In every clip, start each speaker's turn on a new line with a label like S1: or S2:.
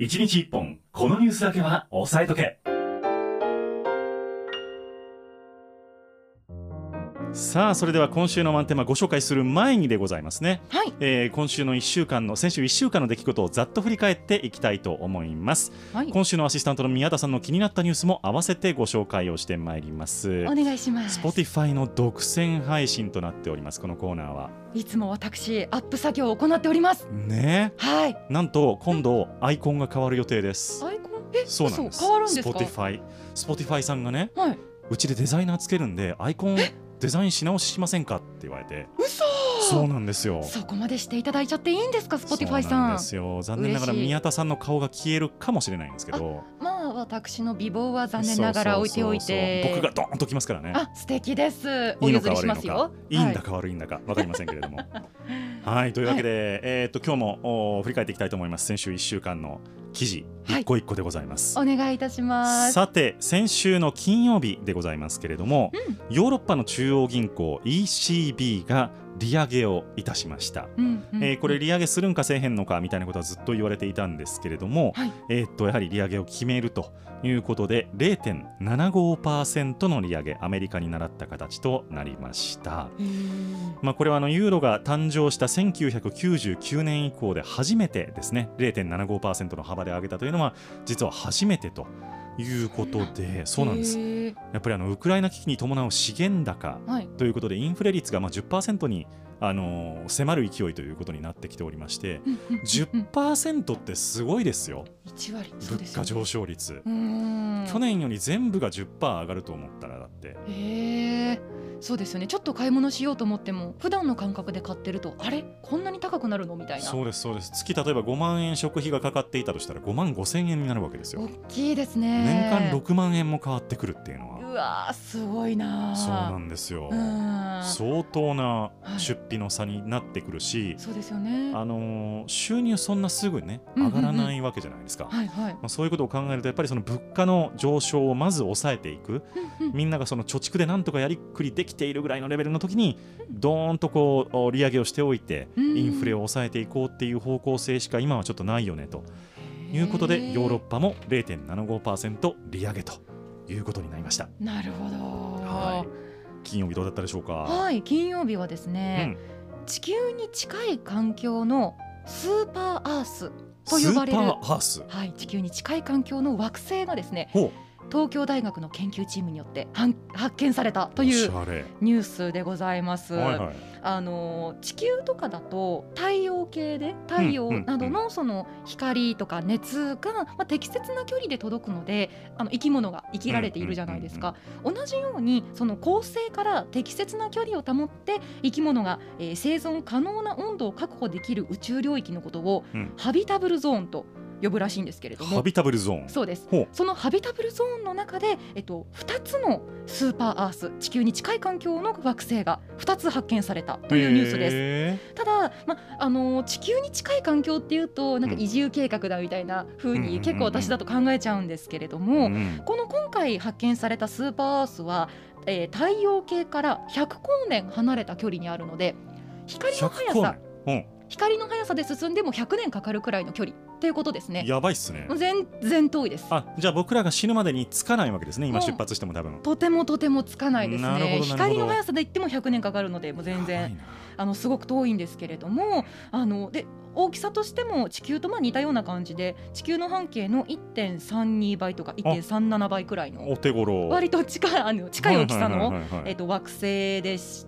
S1: 1日1本このニュースだけは押さえとけ。
S2: さあそれでは今週のワンテーマご紹介する前にでございますね、
S3: はい。
S2: 今週の先週1週間の出来事をざっと振り返っていきたいと思います、
S3: はい、
S2: 今週のアシスタントの宮田さんの気になったニュースも合わせてご紹介をしてまいります。
S3: お願いします。
S2: Spotify の独占配信となっております。このコーナーはい
S3: つも私アップ作業を行っております
S2: ね。
S3: はい。
S2: なんと今度アイコンが変わる予定です。
S3: アイコン
S2: そうなんです。
S3: 変わるんですか。
S2: Spotify さんがね、
S3: はい、
S2: うちでデザイナーつけるんでアイコンデザインし直ししませんかって言われて。
S3: 嘘。
S2: そうなんですよ。
S3: そこまでしていただいちゃっていいんですか Spotify さん。
S2: そうなんですよ。残念ながら宮田さんの顔が消えるかもしれないんですけど、
S3: まあ私の美貌は残念ながら置いておいて、
S2: 僕がドーンときますからね。
S3: 素敵です。お譲りしますよ。
S2: いいんだか悪いんだか分かりませんけれどもはい、というわけで、今日も振り返っていきたいと思います。先週1週間の記事一個一個でございます、
S3: お願いいたします。
S2: さて先週の金曜日でございますけれども、ヨーロッパの中央銀行 ECB が利上げをいたしました、これ利上げするんかせえへんのかみたいなことはずっと言われていたんですけれども、やはり利上げを決めるということで 0.75% の利上げ、アメリカに倣った形となりました。これはユーロが誕生した1999年以降で初めてですね。 0.75% の幅で上げたというのは実は初めてということで、そうなんです。やっぱりウクライナ危機に伴う資源高ということで、インフレ率が10% に迫る勢いということになってきておりまして、10% ってすごいですよ。
S3: 1割、
S2: 物価上昇率。去年より全部が 10% 上がると思ったらだって
S3: そうですよね。ちょっと買い物しようと思っても普段の感覚で買ってると、あれこんなに高くなるのみたいな。
S2: そうですそうです。月例えば5万円食費がかかっていたとしたら5万5千円になるわけですよ。
S3: 大きいですね。
S2: 年間6万円も変わってくるっていうのは、
S3: うわーすごいな。
S2: そうなんですよ。相当な出費の差になってくるし、
S3: そうですよね。
S2: 収入そんなすぐね上がらないわけじゃないですか。そういうことを考えると、やっぱりその物価の上昇をまず抑えていく、みんながその貯蓄でなんとかやりくりできているぐらいのレベルの時にドーンとこう利上げをしておいてインフレを抑えていこうっていう方向性しか今はちょっとないよねということで、ヨーロッパも 0.75% 利上げということになりました。
S3: なるほど。
S2: 金曜日どうだったでしょうか。
S3: 金曜日はですね、地球に近い環境のスーパーアースと呼ばれる地球に近い環境の惑星がですね、東京大学の研究チームによって発見されたというニュースでございます。地球とかだと太陽系で太陽などのその光とか熱が適切な距離で届くので生き物が生きられているじゃないですか。同じようにその恒星から適切な距離を保って生き物が生存可能な温度を確保できる宇宙領域のことをハビタブルゾーンと呼ぶらしいんですけれども。
S2: ハビタブルゾーン。
S3: そうです。そのハビタブルゾーンの中で、2つのスーパーアース、地球に近い環境の惑星が2つ発見されたというニュースです。ただ、地球に近い環境っていうとなんか移住計画だみたいな風に結構私だと考えちゃうんですけれども、この今回発見されたスーパーアースは、太陽系から100光年離れた距離にあるので、光の速さで進んでも100年かかるくらいの距離っていうことですね。
S2: やばいっすね。
S3: 全然遠いです。
S2: じゃあ僕らが死ぬまでにつかないわけですね。今出発しても多分
S3: とてもつかないですね。光の速さで言っても100年かかるので、もう全然すごく遠いんですけれども、で大きさとしても地球と似たような感じで、地球の半径の 1.32 倍とか 1.37 倍くらいの
S2: お手頃
S3: 割と近い大きさの惑星でして、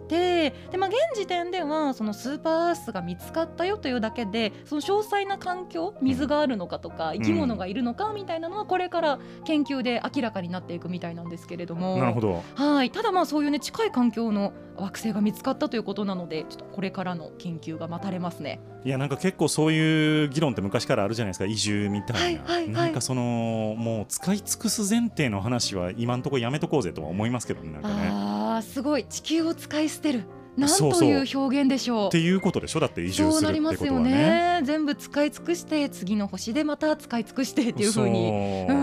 S3: で、現時点ではそのスーパーアースが見つかったよというだけで、その詳細な環境、水があるのかとか生き物がいるのかみたいなのはこれから研究で明らかになっていくみたいなんですけれども。
S2: なるほど。
S3: ただそういうね、近い環境の惑星が見つかったということなので、ちょっとこれからの研究が待たれますね。
S2: いや、なんか結構そういう議論って昔からあるじゃないですか。移住みたいな、なんかそのもう使い尽くす前提の話は今のところやめとこうぜとは思いますけどね。なんかね、
S3: すごい地球を使い捨てる、なんという表現でしょう。
S2: っていうことでしょ。だって移住するってことはね。
S3: そうなりますよね。全部使い尽くして次の星でまた使い尽くしてっていう風に、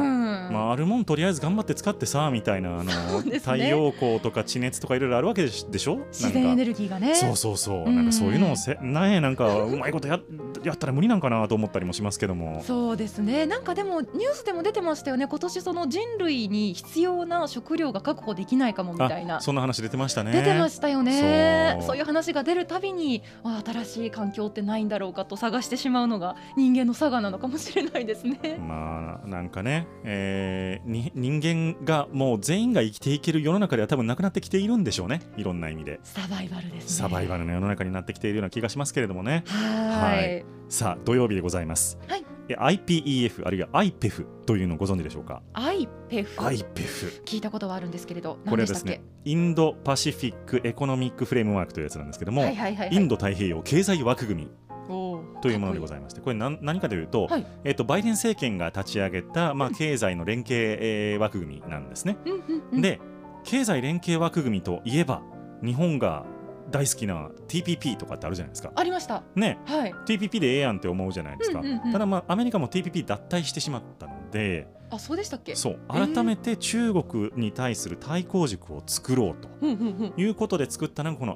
S2: あるもんとりあえず頑張って使ってさみたいな太陽光とか地熱とかいろいろあるわけでしょ。
S3: 自然エネルギーがね。
S2: そうなんかそういうのをなんかうまいことやったら無理なんかなと思ったりもしますけども。
S3: そうですね。なんかでもニュースでも出てましたよね。今年その人類に必要な食料が確保できないかもみたいな。
S2: そんな話出てましたね。
S3: 出てましたよね。そういう話が出るたびに新しい環境ってないんだろうかと探してしまうのが人間の差がなのかもしれないですね。
S2: まあなんかね、人間がもう全員が生きていける世の中では多分なくなってきているんでしょうね。いろんな意味で
S3: サバイバルですね。
S2: サバイバルの世の中になってきているような気がしますけれどもね。
S3: はい。
S2: さあ土曜日でございます。
S3: はい。
S2: IPEF あるいは IPEF というのをご存知でしょうか。
S3: IPEF 聞いたことはあるんですけれど、
S2: これはですね、インドパシフィックエコノミックフレームワークというやつなんですけども、インド太平洋経済枠組みというものでございまして、これ何かというと、バイデン政権が立ち上げた、経済の連携、枠組みなんですね。で経済連携枠組みといえば日本が大好きな TPP とかってあるじゃないですか。
S3: ありました
S2: ね、TPP でええやんって思うじゃないですか。ただアメリカも TPP 脱退してしまったので、
S3: そうでしたっけ。
S2: そう改めて中国に対する対抗軸を作ろうということで作ったのがこの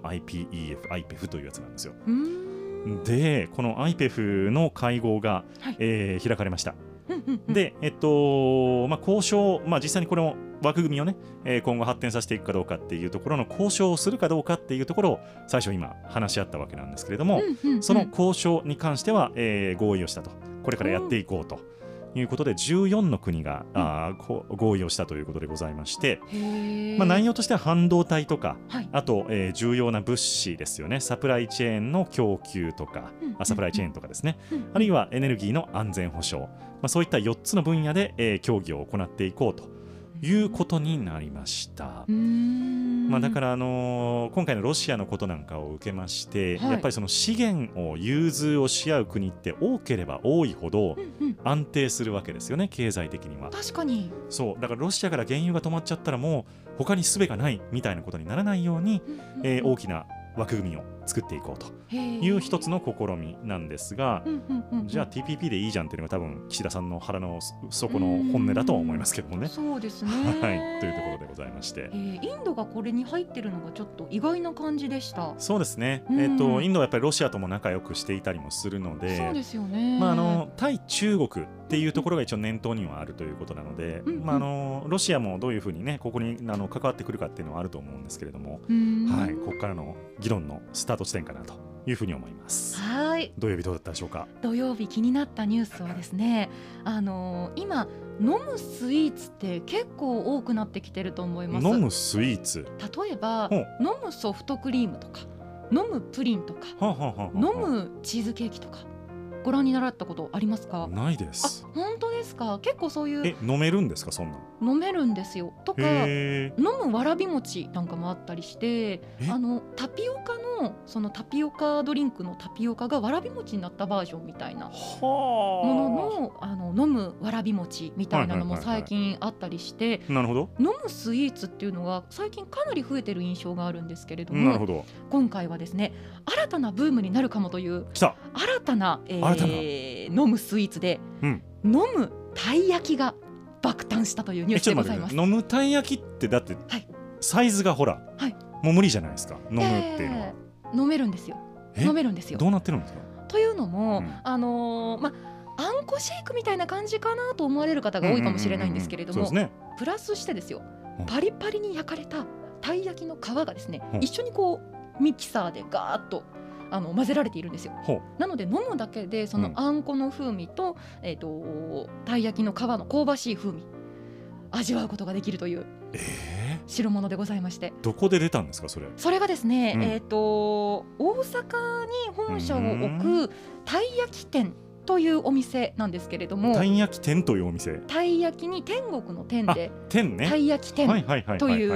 S2: IPEF というやつなんですよ。でこの IPEF の会合が、開かれました。で交渉、実際にこの枠組みをね、今後発展させていくかどうかっていうところの交渉をするかどうかっていうところを最初今話し合ったわけなんですけれども、その交渉に関しては、合意をしたと。これからやっていこうということで14の国が、合意をしたということでございまして、内容としては半導体とか、あと、重要な物資ですよね。サプライチェーンの供給とか、サプライチェーンとかですね、あるいはエネルギーの安全保障、そういった4つの分野で、協議を行っていこうということになりました。だから今回のロシアのことなんかを受けまして、やっぱりその資源を融通をし合う国って多ければ多いほど安定するわけですよね、経済的には。
S3: 確かに
S2: そうだからロシアから原油が止まっちゃったらもう他に術がないみたいなことにならないように、大きな枠組みを作っていこうという一つの試みなんですが、じゃあ TPP でいいじゃんっていうのが多分岸田さんの腹の底の本音だとは思いますけどもね。
S3: そうですね、
S2: というところでございまして、
S3: インドがこれに入ってるのがちょっと意外な感じでした。
S2: そうですね、インドはやっぱりロシアとも仲良くしていたりもするので、
S3: そうですよね、
S2: 対中国っていうところが一応念頭にはあるということなので、ロシアもどういうふうにねここに関わってくるかっていうのはあると思うんですけれども、ここからの議論のスタート地点かなというふうに思います。土曜日どうだったでしょうか。
S3: 土曜日気になったニュースはですね、今飲むスイーツって結構多くなってきてると思います。
S2: 飲むスイーツ、
S3: 例えば飲むソフトクリームとか飲むプリンとか飲むチーズケーキとかご覧になられたことありますか。
S2: ないです。
S3: 本当ですか。結構そういう
S2: 飲めるんですか。そんな
S3: 飲めるんですよ。とか飲むわらび餅なんかもあったりして、タピオカのそのタピオカドリンクのタピオカがわらび餅になったバージョンみたいなものの飲むわらび餅みたいなのも最近あったりして、
S2: なるほど。
S3: 飲むスイーツっていうのが最近かなり増えてる印象があるんですけれども、今回はですね新たなブームになるかもという新たな飲むスイーツで、飲むたい焼きが爆誕したというニュースでございます。
S2: 飲むたい焼きってだって、サイズがほら、もう無理じゃないですか。飲むっていうのは、飲めるんですよ。どうなってるんですか。というのも、あんこシェイクみたいな感じかなと思われる方が多いかもしれないんですけれども、プラスしてですよ、パリパリに焼かれたたい焼きの皮がですね、一緒にこうミキサーでガーッと混ぜられているんですよ。なので飲むだけでそのあんこの風味と、たい焼きの皮の香ばしい風味味わうことができるという代物でございまして、 どこで出たんですか。それが
S3: ですね、大阪に本社を置くたい焼き店というお店なんですけれども、
S2: たい焼き店というお店、
S3: たい焼きに天国の天で
S2: 天ね、
S3: たい焼き店という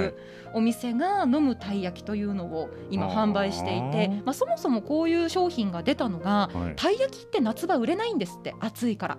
S3: お店が飲むたい焼きというのを今販売していて、そもそもこういう商品が出たのが、たい焼きって夏場売れないんですって、暑いから。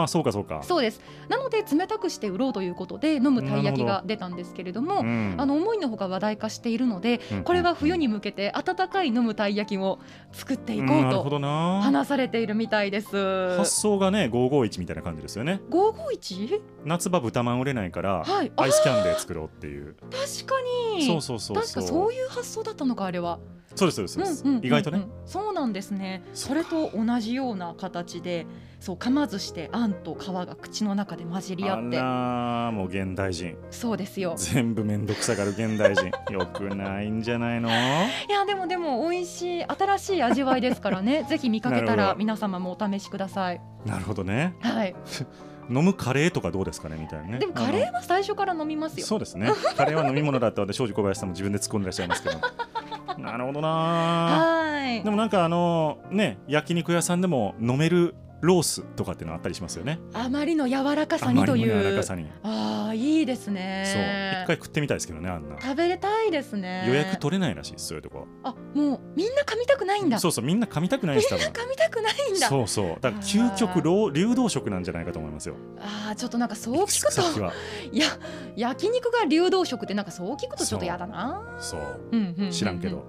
S2: そうかそうか。
S3: そうです。なので冷たくして売ろうということで飲むたい焼きが出たんですけれども、思いのほか話題化しているので、これは冬に向けて温かい飲むたい焼きを作っていこうと話されているみたいです。
S2: 発想がね551みたいな感じですよね。
S3: 551？
S2: 夏場豚まん売れないから、アイスキャンデー作ろうっていう。
S3: 確かに確かそういう発想だったのか、あれは。
S2: そうですそうです、意外とね。
S3: そうなんですね。それと同じような形で、噛まずしてあんと皮が口の中で混じり合って。
S2: もう現代人。
S3: そうですよ。
S2: 全部めんどくさがる現代人よくないんじゃないの？い
S3: やでも美味しい新しい味わいですからねぜひ見かけたら皆様もお試しください。
S2: なるほどね。
S3: はい
S2: 飲むカレーとかどうですかねみたいなね。
S3: でもカレーは最初から飲みますよ。
S2: そうですね。カレーは飲み物だったので庄司小林さんも自分で突っ込んでらっしゃいますけどなるほどな。はい。でもなんかね、焼肉屋さんでも飲めるロースとかっていうのあったりしますよね。
S3: あまりの柔らかさにという。
S2: 柔らかさに。
S3: いいですね。
S2: そう、一回食ってみたいですけどね、あんな。
S3: 食べたいですね。
S2: 予約取れないらしいです、そういうとこ。
S3: もうみんな噛みたくないんだ。
S2: そうみんな噛みたくないです。
S3: みんな噛みたくないんだ。
S2: そうだから究極流動食なんじゃないかと思いますよ。
S3: ちょっとなんかそう聞くと、いや焼肉が流動食ってなんかそう聞くとちょっとやだな。知らんけど。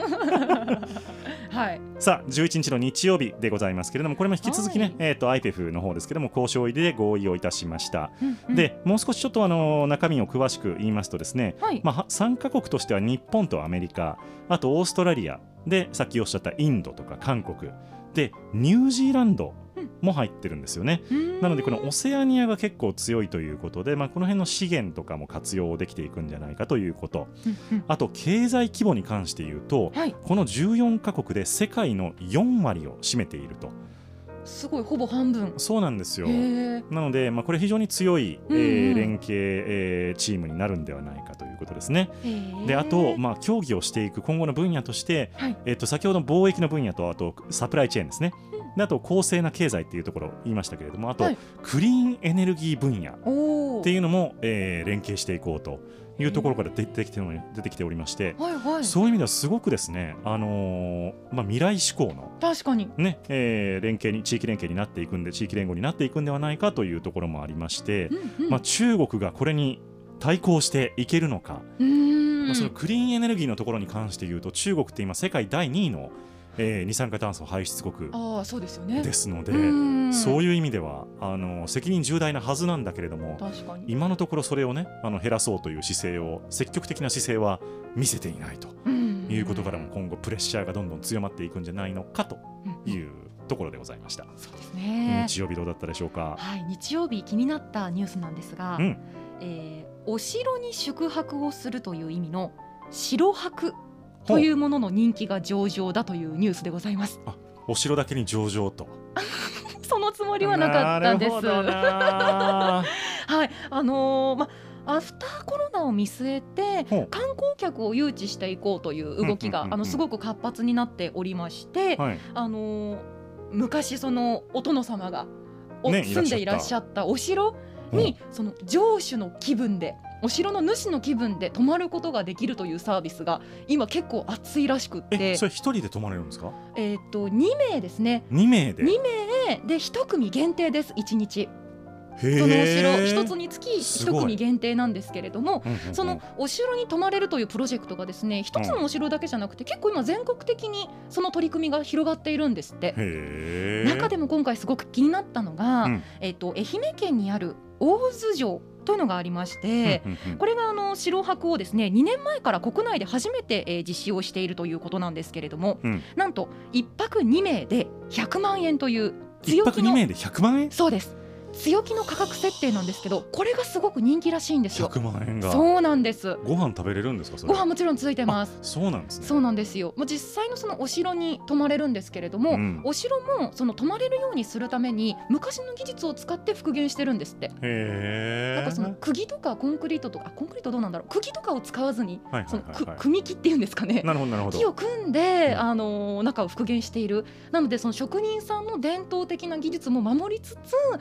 S3: はい。さあ11日の日曜日でございますけれども、これも引き続きね、IPEF の方ですけれども交渉入りで合意をいたしました。でもう少しちょっと中身を詳しく言いますとですね、参加国としては日本とアメリカ、あとオーストラリアで、さっきおっしゃったインドとか韓国でニュージーランドも入ってるんですよね。なのでこのオセアニアが結構強いということで、この辺の資源とかも活用できていくんじゃないかということ。あと経済規模に関して言うと、この14カ国で世界の4割を占めていると。 すごい、ほぼ半分。
S2: そうなんですよ。なので、これ非常に強い、連携、チームになるんではないかということですね。であと、協議をしていく今後の分野として、先ほどの貿易の分野と、あとサプライチェーンですね。であと公正な経済っていうところを言いましたけれども、あと、クリーンエネルギー分野っていうのも、連携していこうというところから出てきておりまして、そういう意味ではすごくですね、未来志向の
S3: 確かに、
S2: ね連携に地域連携になっていくんで、地域連合になっていくんではないかというところもありまして、中国がこれに対抗していけるのか。そのクリーンエネルギーのところに関して言うと、中国って今世界第2位の二酸化炭素排出国ですので、そういう意味では責任重大なはずなんだけれども、今のところそれをね減らそうという姿勢を、積極的な姿勢は見せていないということからも、今後プレッシャーがどんどん強まっていくんじゃないのかというところでございました。
S3: そうですね。
S2: 日曜日どうだったでしょうか。
S3: 日曜日気になったニュースなんですが、お城に宿泊をするという意味の城泊というものの人気が上々だというニュースでございます。
S2: お城だけに上々と
S3: そのつもりはなかったんです。はい、アフターコロナを見据えて観光客を誘致していこうという動きがすごく活発になっておりまして、昔そのお殿様が住んでいらっしゃったお城にその城主の気分で、お城の主の気分で泊まることができるというサービスが今結構熱いらしくって。
S2: それ一人で泊まれるんですか
S3: ？2名ですね。
S2: 2名で
S3: 1組限定です。1日そのお城一つにつき1組限定なんですけれども、そのお城に泊まれるというプロジェクトがですね、一つのお城だけじゃなくて結構今全国的にその取り組みが広がっているんですって。中でも今回すごく気になったのが、愛媛県にある大洲城というのがありまして、これが城泊をですね2年前から国内で初めて、実施をしているということなんですけれども、なんと1泊2名で100万円という
S2: 強気の1泊2名で100万円？
S3: そうです。強気の価格設定なんですけど、これがすごく人気らしいんですよ。
S2: 100万円が。
S3: そうなんです。
S2: ご飯食べれるんですか？それ
S3: ご飯もちろんついてます。
S2: そうなんですね。
S3: そうなんですよ。もう実際のそのお城に泊まれるんですけれども、お城もその泊まれるようにするために昔の技術を使って復元してるんですって。なんかその釘とかコンクリートとか、コンクリートどうなんだろう、釘とかを使わずに、その組木っていうんですかね。
S2: なるほどなるほど。
S3: 木を組んで、中を復元している。なのでその職人さんの伝統的な技術も守りつつ、お城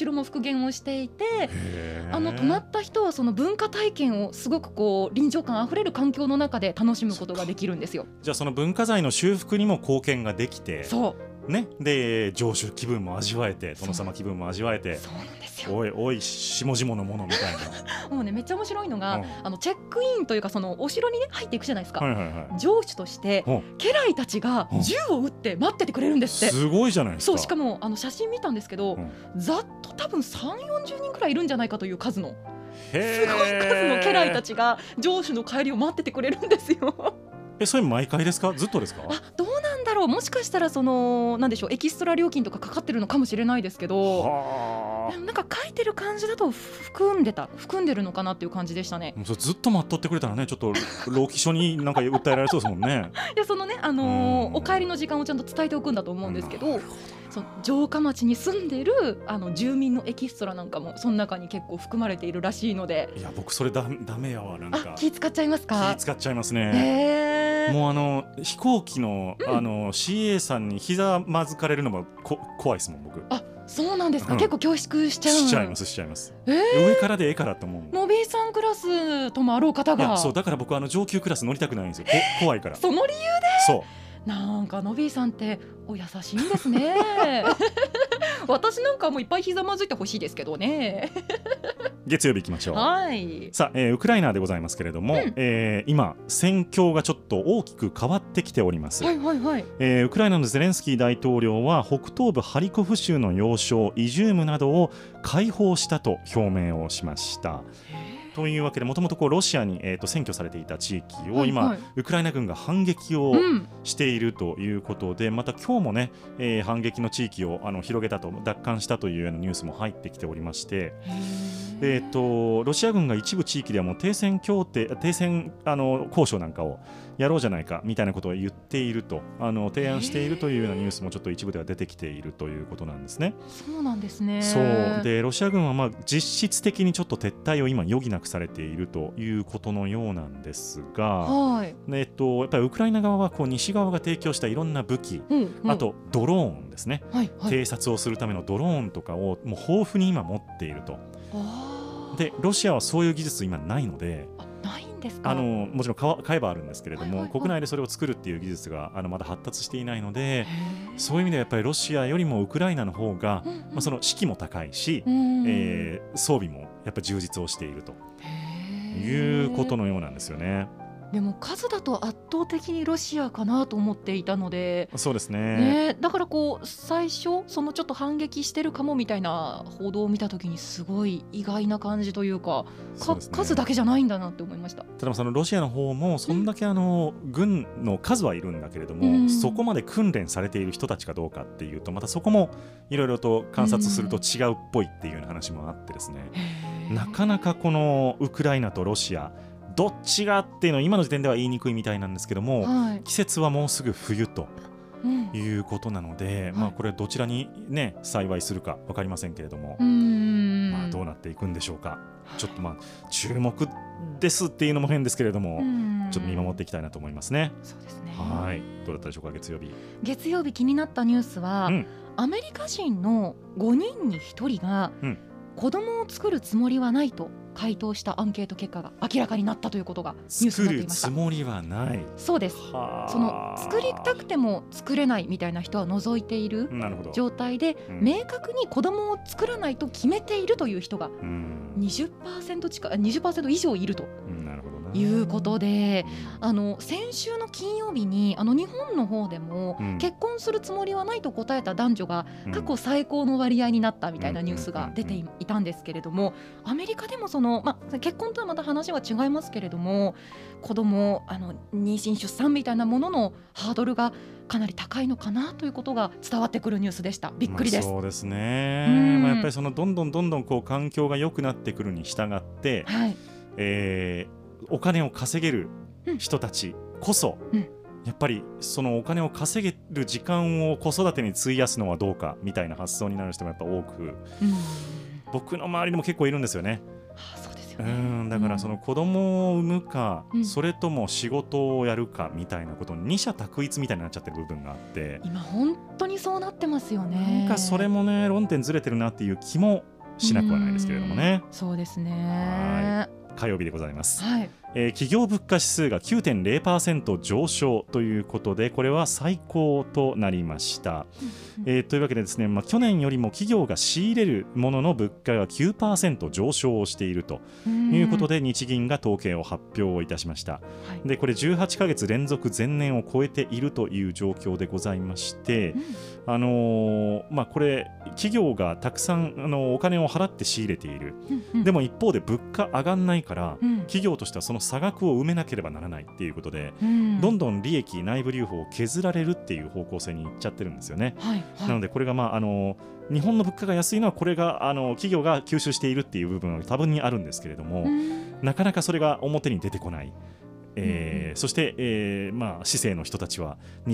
S3: ろも復元をしていて、泊まった人はその文化体験をすごくこう臨場感あふれる環境の中で楽しむことができるんですよ。
S2: じゃあその文化財の修復にも貢献ができて、
S3: そう
S2: ね、で城主気分も味わえて、殿様気分も味わえて、
S3: そうなんですよ。
S2: おいおい下々のものみたい
S3: なもうねめっちゃ面白いのが、チェックインというかそのお城にね入っていくじゃないですか、城主として家来たちが銃を撃って待っててくれるんですって。
S2: すごいじゃないですか。
S3: そう、しかも写真見たんですけど、ざっと多分3、40人くらいいるんじゃないかという数のすごい数の家来たちが城主の帰りを待っててくれるんですよ。
S2: それ毎回ですか？ずっとですか？
S3: どうなんだろう、もしかしたらそのなんでしょう、エキストラ料金とかかかってるのかもしれないですけど、なんか書いてる感じだと含んでるのかなっていう感じでしたね。
S2: ずっと待っとってくれたらね、ちょっと労基署になんか訴えられそうですもんね。
S3: いやそのね、お帰りの時間をちゃんと伝えておくんだと思うんですけど、その城下町に住んでる住民のエキストラなんかもその中に結構含まれているらしいので。
S2: いや僕それダメやわ。なんか
S3: 気使っちゃいますか？
S2: 気使っちゃいますね。もう飛行機の、CA さんにひざまずかれるのも怖いですもん僕。
S3: そうなんですか、結構恐縮しちゃう。
S2: しちゃいます。上からでからと思う。
S3: ノビーさんクラスともあろう方が。
S2: いやそうだから僕上級クラス乗りたくないんですよ。怖いから。
S3: その理由で。
S2: そう
S3: なんかノビーさんってお優しいんですね。私なんかもういっぱいひざまずいてほしいですけどね。
S2: 月曜日いきましょう。
S3: はい。
S2: さあ、ウクライナでございますけれども、今戦況がちょっと大きく変わってきております。ウクライナのゼレンスキー大統領は北東部ハリコフ州の要衝イジュームなどを解放したと表明をしました。というわけでもともとロシアに、占拠されていた地域を今、ウクライナ軍が反撃をしているということで、また今日もね、反撃の地域を広げたと奪還したというようなニュースも入ってきておりまして、ロシア軍が一部地域ではもう停戦交渉なんかをやろうじゃないかみたいなことを言っていると提案しているというようなニュースもちょっと一部では出てきているということなんですね。
S3: そうなんですね。
S2: そうでロシア軍は実質的にちょっと撤退を今余儀なくされているということのようなんですが、やっぱりウクライナ側は西側が提供したいろんな武器、あとドローンですね、偵察をするためのドローンとかをもう豊富に今持っていると。でロシアはそういう技術今ないので、
S3: ないんですか？
S2: もちろん買えばあるんですけれども、国内でそれを作るっていう技術がまだ発達していないので、そういう意味ではやっぱりロシアよりもウクライナの方が、その士気も高いし、装備もやっぱり充実をしているということのようなんですよね。
S3: でも数だと圧倒的にロシアかなと思っていたので。
S2: そうですね。
S3: だから最初そのちょっと反撃してるかもみたいな報道を見たときにすごい意外な感じというか、数だけじゃないんだなって思いました。
S2: ただそのロシアの方もそんだけ軍の数はいるんだけれども、そこまで訓練されている人たちかどうかっていうとまたそこもいろいろと観察すると違うっぽいっていうような話もあってですね、なかなかこのウクライナとロシアどっちがっていうのは今の時点では言いにくいみたいなんですけども、季節はもうすぐ冬ということなので、これどちらにね幸いするか分かりませんけれども、どうなっていくんでしょうか。ちょっと注目ですっていうのも変ですけれども、ちょっと見守っていきたいなと思いますね。
S3: そうですね。
S2: はい、どうだったでしょうか。月
S3: 曜日気になったニュースは、アメリカ人の5人に1人が、子供を作るつもりはないと回答したアンケート結果が明らかになったということがニュースになっていました。
S2: 作るつもりはない。
S3: そうです。その作りたくても作れないみたいな人は除いている状態で、明確に子供を作らないと決めているという人が 20% 以上いるということで、先週の金曜日に日本の方でも、結婚するつもりはないと答えた男女が過去最高の割合になったみたいなニュースが出ていたんですけれども、アメリカでも結婚とはまた話は違いますけれども、子供妊娠出産みたいなもののハードルがかなり高いのかなということが伝わってくるニュースでした。びっくりです。
S2: そうですね。やっぱりどんどん環境が良くなってくるに従って、お金を稼げる人たちこそ、やっぱりそのお金を稼げる時間を子育てに費やすのはどうかみたいな発想になる人もやっぱ多く、僕の周りでも結構いるんですよね。
S3: そうですよね。
S2: だからその子供を産むか、それとも仕事をやるかみたいなことに二者択一みたいになっちゃってる部分があって、
S3: 今本当にそうなってますよね。
S2: なんかそれもね論点ずれてるなっていう気もしなくはないですけれどもね。
S3: そうですね。
S2: 火曜日でございます、
S3: はい。
S2: 企業物価指数が 9.0% 上昇ということで、これは最高となりました、というわけでですね、去年よりも企業が仕入れるものの物価が 9% 上昇をしているということで、日銀が統計を発表いたしました、でこれ18ヶ月連続前年を超えているという状況でございまして、これ企業がたくさんお金を払って仕入れている、でも一方で物価上がんないから、企業としてはその差額を埋めなければならないっていうことで、どんどん利益内部留保を削られるっていう方向性にいっちゃってるんですよね、なのでこれが日本の物価が安いのはこれが企業が吸収しているっていう部分は多分にあるんですけれども、なかなかそれが表に出てこない、そして、市政の人たちは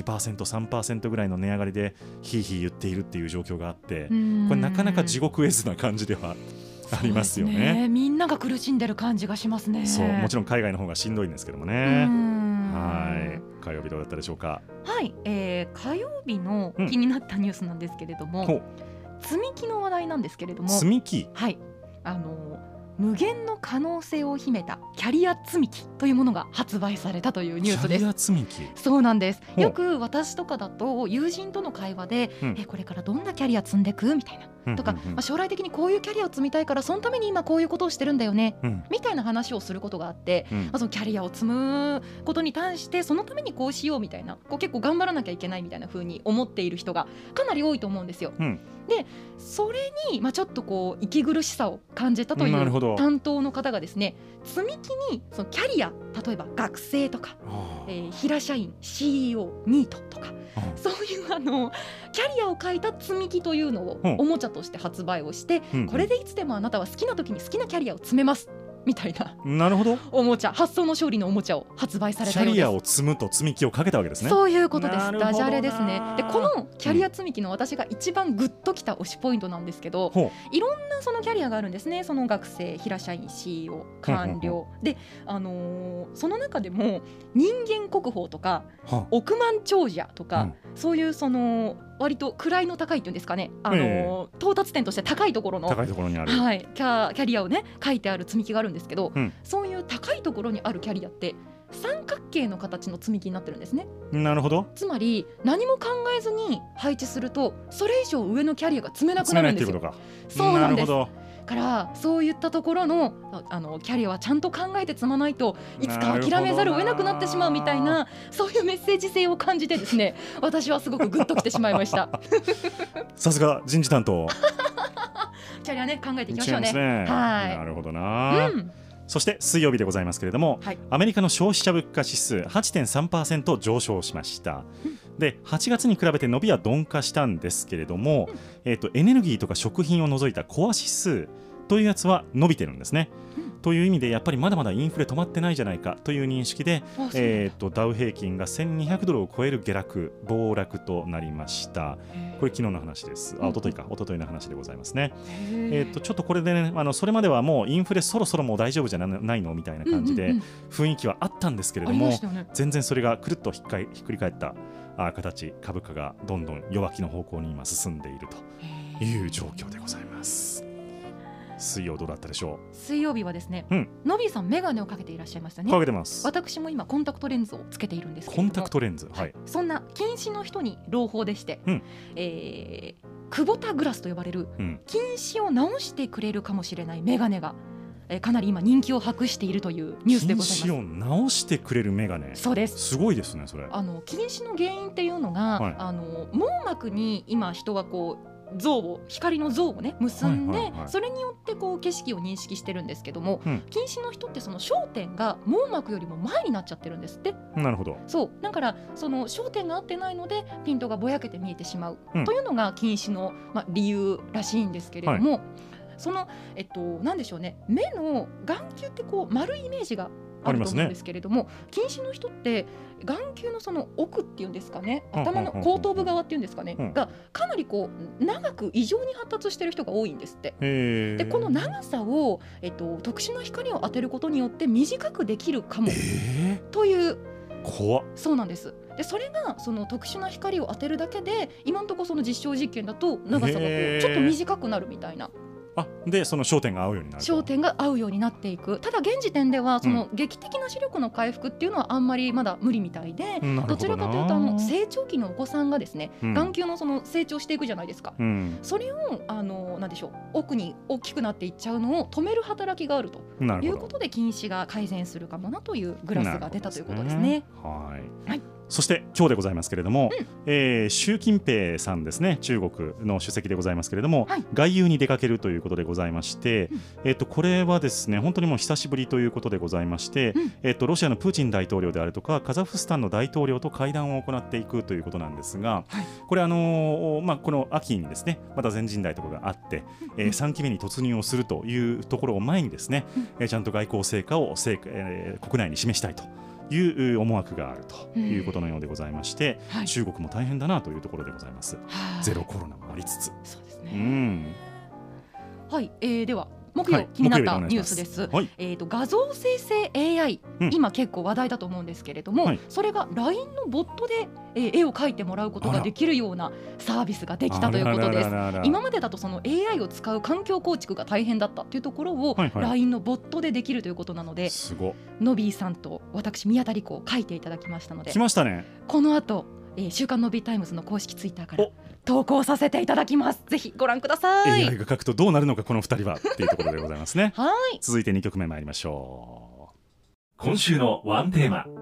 S2: 2%、3% ぐらいの値上がりでヒーヒー言っているっていう状況があって、これなかなか地獄絵図な感じではありますよね。
S3: みんなが苦しんでる感じがしますね。
S2: そう、もちろん海外の方がしんどいんですけどもね。はい、火曜日どうだったでしょうか。
S3: はい、火曜日の気になったニュースなんですけれども、積み木の話題なんですけれども、
S2: 積み木、
S3: はい、無限の可能性を秘めたキャリア積み木というものが発売されたというニュースです。
S2: キャリア積み木、
S3: そうなんです。よく私とかだと友人との会話で、これからどんなキャリア積んでくみたいなとか、将来的にこういうキャリアを積みたいからそのために今こういうことをしてるんだよね、みたいな話をすることがあって、そのキャリアを積むことに対してそのためにこうしようみたいな、結構頑張らなきゃいけないみたいな風に思っている人がかなり多いと思うんですよ。でそれに、ちょっと息苦しさを感じたという担当の方がですね、積み木にそのキャリア、例えば学生とか、平社員、 CEO、 ニートとか、そういうキャリアを書いた積み木というのをおもちゃとして発売をして、これでいつでもあなたは好きな時に好きなキャリアを積めますみたいな、
S2: なるほど、
S3: おもちゃ、発想の勝利のおもちゃを発売されたようです。
S2: キャリアを積むと積み木をかけたわけですね。
S3: そういうことです。ダジャレですね。でこのキャリア積み木の私が一番グッときた推しポイントなんですけど、いろんなそのキャリアがあるんですね。その学生、平社員、 CEO、 官僚で、その中でも人間国宝とか億万長者とか、そういうその割と位の高いっていうんですかね、到達点として高いところにある、キャリアをね書いてある積み木があるんですけど、そういう高いところにあるキャリアって三角形の形の積み木になってるんですね。
S2: なるほど。
S3: つまり何も考えずに配置するとそれ以上上のキャリアが積めなくなるんですよ。そうなんです。からそういったところのキャリアはちゃんと考えて積まないといつか諦めざるを得なくなってしまうみたいな、そういうメッセージ性を感じてですね、私はすごくグッときてしまいました
S2: さすが人事担当
S3: キャリアね、考えていきましょうね。
S2: なるほどな、そして水曜日でございますけれども、アメリカの消費者物価指数 8.3% 上昇しました、で8月に比べて伸びは鈍化したんですけれども、エネルギーとか食品を除いたコア指数というやつは伸びてるんですね、という意味でやっぱりまだまだインフレ止まってないじゃないかという認識で、ダウ平均が1200ドルを超える下落暴落となりました。これ昨日の話です。一昨日の話でございますね。ちょっとこれでね、それまではもうインフレそろそろもう大丈夫じゃないのみたいな感じで雰囲気はあったんですけれども、全然それがくるっとひっくり返った形、株価がどんどん弱気の方向に今進んでいるという状況でございます。水曜どうだったでしょう。
S3: 水曜日はですね、のびーさんメガネをかけていらっしゃいましたね。
S2: かけてます。
S3: 私も今コンタクトレンズをつけているんですけれども、
S2: コンタクトレンズ、はい、
S3: そんな近視の人に朗報でして、クボタグラスと呼ばれる近視を治してくれるかもしれないメガネがかなり今人気を博しているというニュースでございます。
S2: 近視を治してくれるメガネ。
S3: そうです。
S2: すごいですねそれ。
S3: 近視の原因っていうのが、網膜に今人はこう光の像をね結んで、それによってこう景色を認識してるんですけども、近視の人ってその焦点が網膜よりも前になっちゃってるんですって。
S2: なるほど。
S3: そうだからその焦点が合ってないのでピントがぼやけて見えてしまう、というのが近視の、理由らしいんですけれども、そのなんでしょうね、目の眼球ってこう丸いイメージがあると思うんですけれども、近視の人って眼球のその奥っていうんですかね、頭の後頭部側っていうんですかね、がかなりこう長く異常に発達している人が多いんですって。でこの長さを、特殊な光を当てることによって短くできるかも、という
S2: 怖っ。
S3: そうなんです。でそれがその特殊な光を当てるだけで今のところその実証実験だと長さがこうちょっと短くなるみたいな
S2: でその焦点が合うようになる
S3: 焦点が合うようになっていく。ただ現時点ではその劇的な視力の回復っていうのはあんまりまだ無理みたいで、どちらかというと成長期のお子さんがですね、眼球のその成長していくじゃないですか、それをなんでしょう、奥に大きくなっていっちゃうのを止める働きがあるということで近視が改善するかもなというグラスが出たということですね。
S2: はい、そして今日でございますけれども、習近平さんですね、中国の主席でございますけれども、外遊に出かけるということでございまして、これはですね本当にもう久しぶりということでございまして、ロシアのプーチン大統領であるとかカザフスタンの大統領と会談を行っていくということなんですが、これこの秋にですねまた全人代とかがあって、3期目に突入をするというところを前にですね、ちゃんと外交成果を国内に示したいという思惑があるということのようでございまして、中国も大変だなというところでございます。ゼロコロナもありつつ。
S3: そうですね。はい、では木曜気になったニュースです。画像生成 AI、今結構話題だと思うんですけれども、それが LINE のボットで絵を描いてもらうことができるようなサービスができたということです。今までだとその AI を使う環境構築が大変だったというところを LINE のボットでできるということなので、のびーさんと私宮田理子を書いていただきましたので、
S2: 来ましたね。
S3: この後週刊のびタイムズの公式ツイッターから投稿させていただきます。ぜひご覧ください。
S2: AI が書くとどうなるのかこの2人はっていうところでございますね。
S3: はい、
S2: 続いて2曲目参りましょう。
S1: 今週のワンテーマ。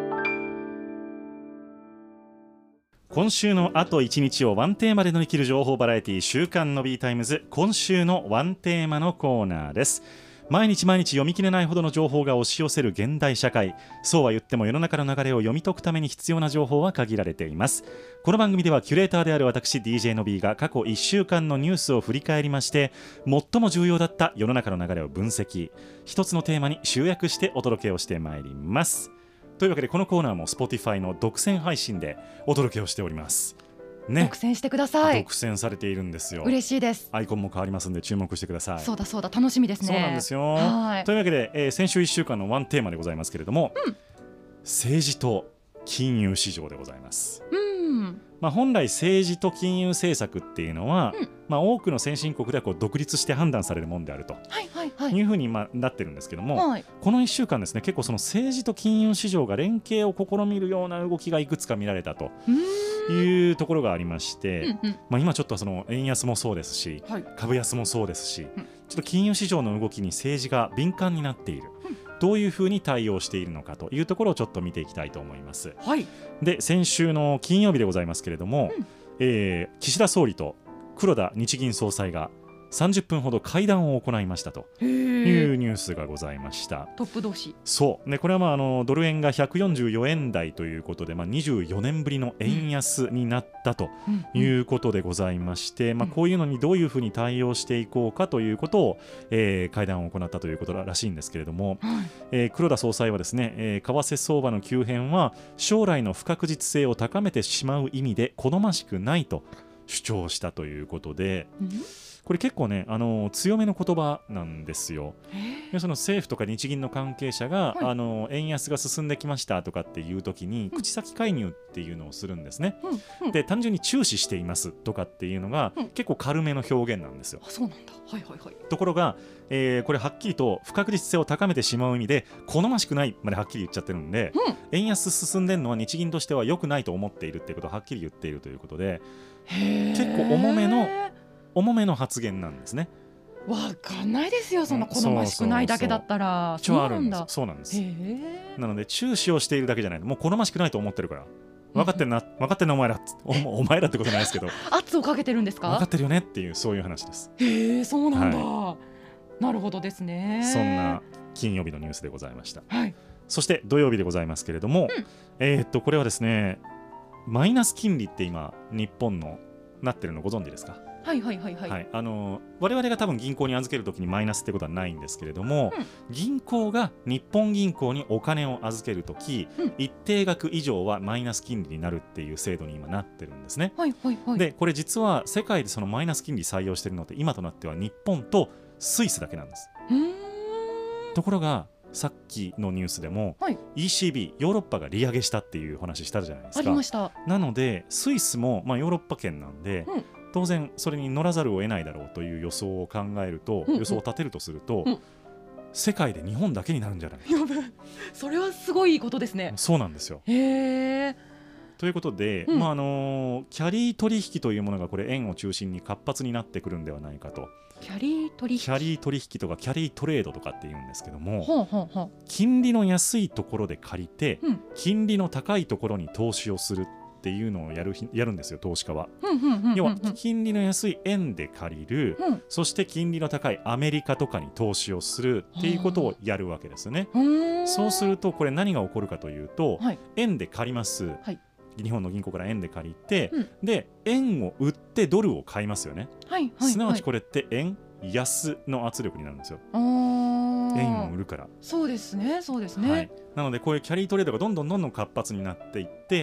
S2: 今週のあと1日をワンテーマで乗り切る情報バラエティ週刊の B タイムズ、今週のワンテーマのコーナーです。毎日毎日読み切れないほどの情報が押し寄せる現代社会、そうは言っても世の中の流れを読み解くために必要な情報は限られています。この番組ではキュレーターである私 DJ の B が過去1週間のニュースを振り返りまして、最も重要だった世の中の流れを分析、一つのテーマに集約してお届けをしてまいります。というわけでこのコーナーも Spotify の独占配信でお届けをしておりますね。
S3: 独占してください。
S2: 独占されているんですよ。
S3: 嬉しいです。
S2: アイコンも変わりますので注目してください。
S3: そうだそうだ、楽しみですね。
S2: そうなんですよ。というわけで、先週1週間のワンテーマでございますけれども、政治と金融市場でございます。本来政治と金融政策っていうのは、多くの先進国ではこう独立して判断されるもんであるというふうになってるんですけども、この1週間ですね結構その政治と金融市場が連携を試みるような動きがいくつか見られたというところがありまして、今ちょっとその円安もそうですし、株安もそうですし、ちょっと金融市場の動きに政治が敏感になっている、どういうふうに対応しているのかというところをちょっと見ていきたいと思います。で先週の金曜日でございますけれども、岸田総理と黒田日銀総裁が30分ほど会談を行いましたというニュースがございました。
S3: トップ同士。
S2: そうね、これはドル円が144円台ということで、24年ぶりの円安になったということでございまして、こういうのにどういうふうに対応していこうかということを、会談を行ったということらしいんですけれども、黒田総裁はですね、為替相場の急変は将来の不確実性を高めてしまう意味で好ましくないと主張したということで、これ結構ね強めの言葉なんですよ。その政府とか日銀の関係者が、円安が進んできましたとかっていう時に、口先介入っていうのをするんですね。で単純に注視していますとかっていうのが、結構軽めの表現なんですよ。
S3: そうなんだ。
S2: ところが、これはっきりと不確実性を高めてしまう意味で好ましくないまではっきり言っちゃってるんで、円安進んでるのは日銀としては良くないと思っているっていうことをはっきり言っているということで、結構重めの発言なんですね。
S3: わかんないですよ、そんな好ましくないだけだったら。
S2: そうなんです。なので注視をしているだけじゃない、もう好ましくないと思ってるから分かってるな、分かってんなお前らお前らってことないですけど
S3: 圧をかけてるんですか。
S2: 分かってるよねっていう、そういう話です。
S3: そうなんだ、なるほどですね。
S2: そんな金曜日のニュースでございました。そして土曜日でございますけれども、これはですね、マイナス金利って今日本のなってるのご存知ですか。我々が多分銀行に預けるときにマイナスってことはないんですけれども、銀行が日本銀行にお金を預けるとき、一定額以上はマイナス金利になるっていう制度に今なってるんですね。でこれ実は世界でそのマイナス金利採用してるのって今となっては日本とスイスだけなんです。ところがさっきのニュースでも、ECB ヨーロッパが利上げしたっていう話したじゃないですか。
S3: ありました。
S2: なのでスイスも、ヨーロッパ圏なんで、 当然それに乗らざるを得ないだろうという予想を考えると、予想を立てるとすると、世界で日本だけになるんじゃない。
S3: それはすごいことですね。
S2: そうなんですよ。
S3: へー。
S2: ということで、キャリー取引というものがこれ円を中心に活発になってくるんではないかと。
S3: キャリー取引
S2: とかキャリートレードとかって言うんですけども、金利の安いところで借りて、金利の高いところに投資をするっていうのをやるんですよ、投資家は。要は金利の安い円で借りる、そして金利の高いアメリカとかに投資をするっていうことをやるわけですね。そうするとこれ何が起こるかというと、円で借ります、日本の銀行から円で借りて、で円を売ってドルを買いますよね。すなわちこれって円安の圧力になるんですよ。円を売るから。そうですね。なのでこういうキャリートレードがどんどん活発になっていって、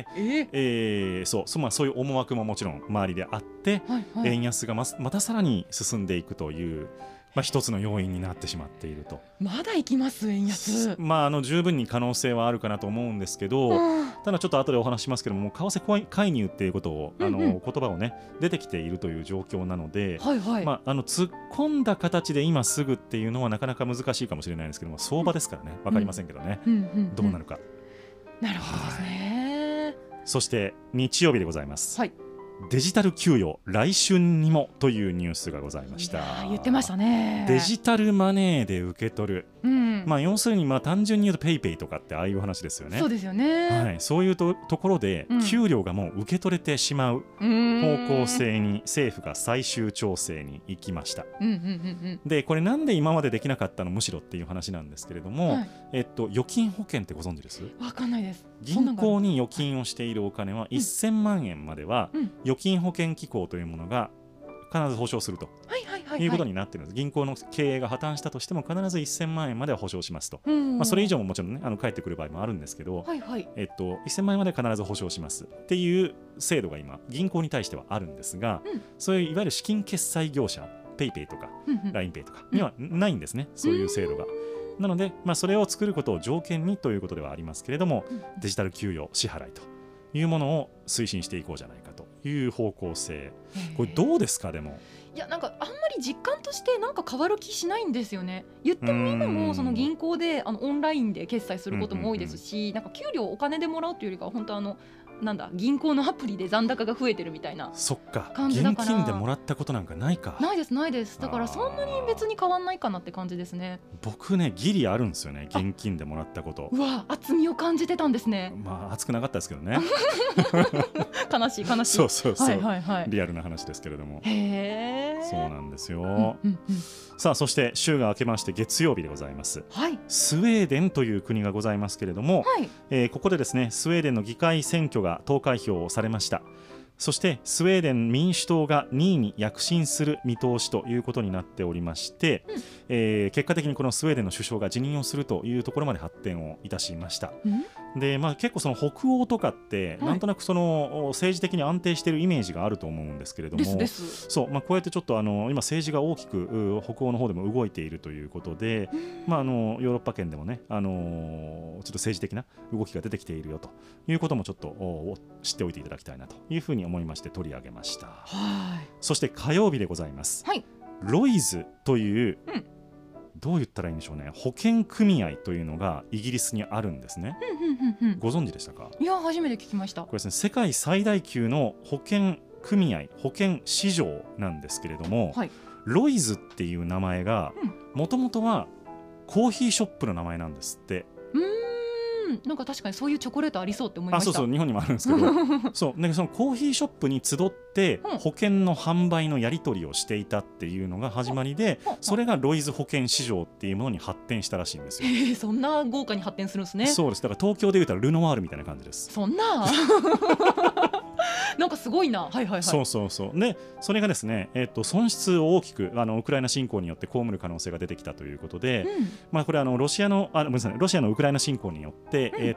S2: そういう思惑ももちろん周りであって、円安がまたさらに進んでいくという、一つの要因になってしまっていると。まだいきます円安。十分に可能性はあるかなと思うんですけど、ただちょっと後でお話しますけども、為替介入っていうことを言葉をね出てきているという状況なので、突っ込んだ形で今すぐっていうのはなかなか難しいかもしれないんですけども、相場ですからね、分かりませんけどね、どうなるか。なるほどですね。そして日曜日でございます。デジタル給与来春にもというニュースがございました。言ってましたね。デジタルマネーで受け取る、要するに単純に言うとペイペイとかってああいう話ですよね。そうですよね。そういうところで給料がもう受け取れてしまう方向性に政府が最終調整に行きました。でこれなんで今までできなかったのむしろっていう話なんですけれども、預金保険ってご存知です？わかんないです。銀行に預金をしているお金は1000万円までは預金保険機構というものが必ず保証するということになっているんです。銀行の経営が破綻したとしても必ず1000万円までは保証しますと。それ以上ももちろんね返ってくる場合もあるんですけど、1000万円まで必ず保証しますっていう制度が今銀行に対してはあるんですが、そういういわゆる資金決済業者ペイペイとか LINEPay とかにはないんですね、そういう制度が。なので、それを作ることを条件にということではありますけれども、デジタル給与支払いというものを推進していこうじゃないかという方向性。これどうですか？でもいや、なんかあんまり実感としてなんか変わる気しないんですよね。言っても今もその銀行でオンラインで決済することも多いですし、なんか給料お金でもらうというよりかは本当銀行のアプリで残高が増えてるみたいな感じだから、現金でもらったことなんかないか。ないです。だからそんなに別に変わんないかなって感じですね。僕ねギリあるんですよね、現金でもらったこと。うわ、厚みを感じてたんですね。厚くなかったですけどね悲しいそう、リアルな話ですけれども。そうなんですよ。さあそして週が明けまして月曜日でございます。スウェーデンという国がございますけれども、ここでですねスウェーデンの議会選挙が投開票されました。そしてスウェーデン民主党が2位に躍進する見通しということになっておりまして、結果的にこのスウェーデンの首相が辞任をするというところまで発展をいたしました。で、結構その北欧とかってなんとなくその政治的に安定しているイメージがあると思うんですけれども、そう、こうやってちょっと今政治が大きく北欧の方でも動いているということで、ヨーロッパ圏でもね、ちょっと政治的な動きが出てきているよということもちょっと知っておいていただきたいなというふうに思いまして取り上げました。そして火曜日でございます。ロイズという、どう言ったらいいんでしょうね、保険組合というのがイギリスにあるんですね。ご存知でしたか？いや、初めて聞きました。これですね、世界最大級の保険組合、保険市場なんですけれども、ロイズっていう名前がもともとはコーヒーショップの名前なんですって。なんか確かにそういうチョコレートありそうって思いました。そう、日本にもあるんですけどそう、そのコーヒーショップに集って保険の販売のやり取りをしていたっていうのが始まりで、それがロイズ保険市場っていうものに発展したらしいんですよ。そんな豪華に発展するんですね。そうです。だから東京でいうたらルノワールみたいな感じです。そんななんかすごいな。そうで、それがですね、損失を大きくウクライナ侵攻によって被る可能性が出てきたということで、これロシアのウクライナ侵攻によって、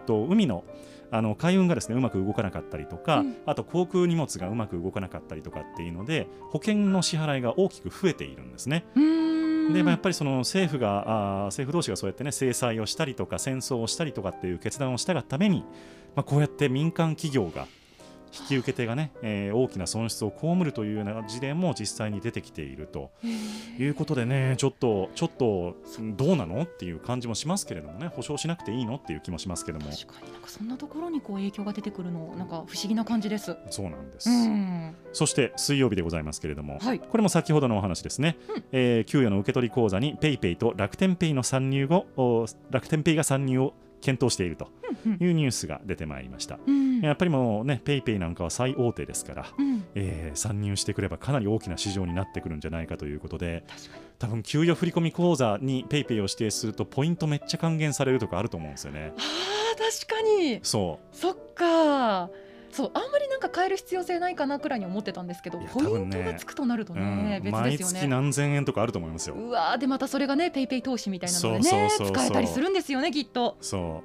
S2: 海の海運がですねうまく動かなかったりとか、あと航空荷物がうまく動かなかったりとかっていうので保険の支払いが大きく増えているんですね。で、やっぱりその政府同士がそうやってね制裁をしたりとか戦争をしたりとかっていう決断をしたがために、こうやって民間企業が引き受け手がね、大きな損失を被るというような事例も実際に出てきているということでね、ちょっとどうなのっていう感じもしますけれどもね、保証しなくていいのっていう気もしますけども、
S3: 確かになんかそんなところにこう影響が出てくるのなんか不思議な感じです。
S2: そうなんです。そして水曜日でございますけれども、はい、これも先ほどのお話ですね、給与の受け取り口座に PayPay と楽天ペイの参入後、楽天ペイが参入を検討しているというニュースが出てまいりました。やっぱりもうね、ペイペイなんかは最大手ですから、参入してくればかなり大きな市場になってくるんじゃないかということで、多分給与振込口座にペイペイを指定するとポイントめっちゃ還元されるとかあると思うんですよね。
S3: 確かにそっか、そうあんまりなんか変える必要性ないかなくらいに思ってたんですけど、ポイントがつくとなるとね、別ですよね。
S2: 毎月何千円とかあると思いますよ。
S3: うわー、でまたそれがねペイペイ投資みたいなのでね使えたりするんですよね、きっと。そう、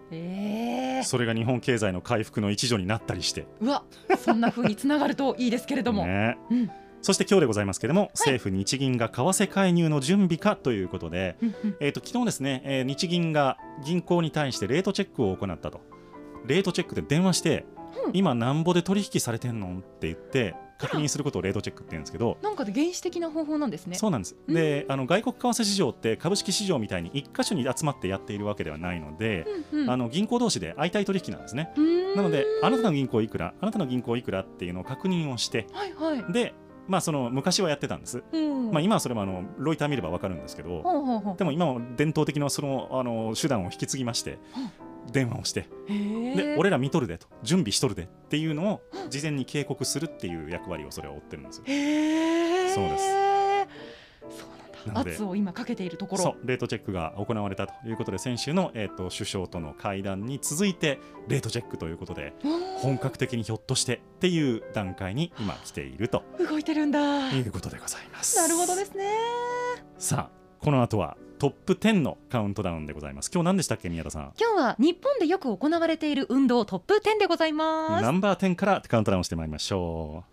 S2: それが日本経済の回復の一助になったりして、
S3: うわ、そんな風につながるといいですけれども、
S2: そして今日でございますけれども、政府日銀が為替介入の準備かということで、昨日ですね、日銀が銀行に対してレートチェックを行ったと。レートチェックで電話して、今なんぼで取引されてんのって言って確認することをレートチェックって言うんですけど、
S3: なんかで原始的な方法なんですね。
S2: そうなんです。で、外国為替市場って株式市場みたいに一箇所に集まってやっているわけではないので、銀行同士で相対取引なんですね。なのであなたの銀行いくら、あなたの銀行いくらっていうのを確認をして、でその昔はやってたんです。今はそれもロイター見れば分かるんですけど、でも今も伝統的なその手段を引き継ぎまして、電話をして、で俺ら見とるでと、準備しとるでっていうのを事前に警告するっていう役割をそれは負ってるんですよ。そうです。
S3: そうなんだ。圧を今かけているところ。
S2: そう、レートチェックが行われたということで、先週の、首相との会談に続いてレートチェックということで、本格的にひょっとしてっていう段階に今来ていると
S3: 動いてるんだ
S2: いうことでございます。
S3: なるほどですね。
S2: さあこの後はトップ10のカウントダウンでございます。今日何でしたっけ、宮田さん。
S3: 今日は日本でよく行われている運動トップ10でございます。
S2: ナンバー10からカウントダウンしてまいりましょう。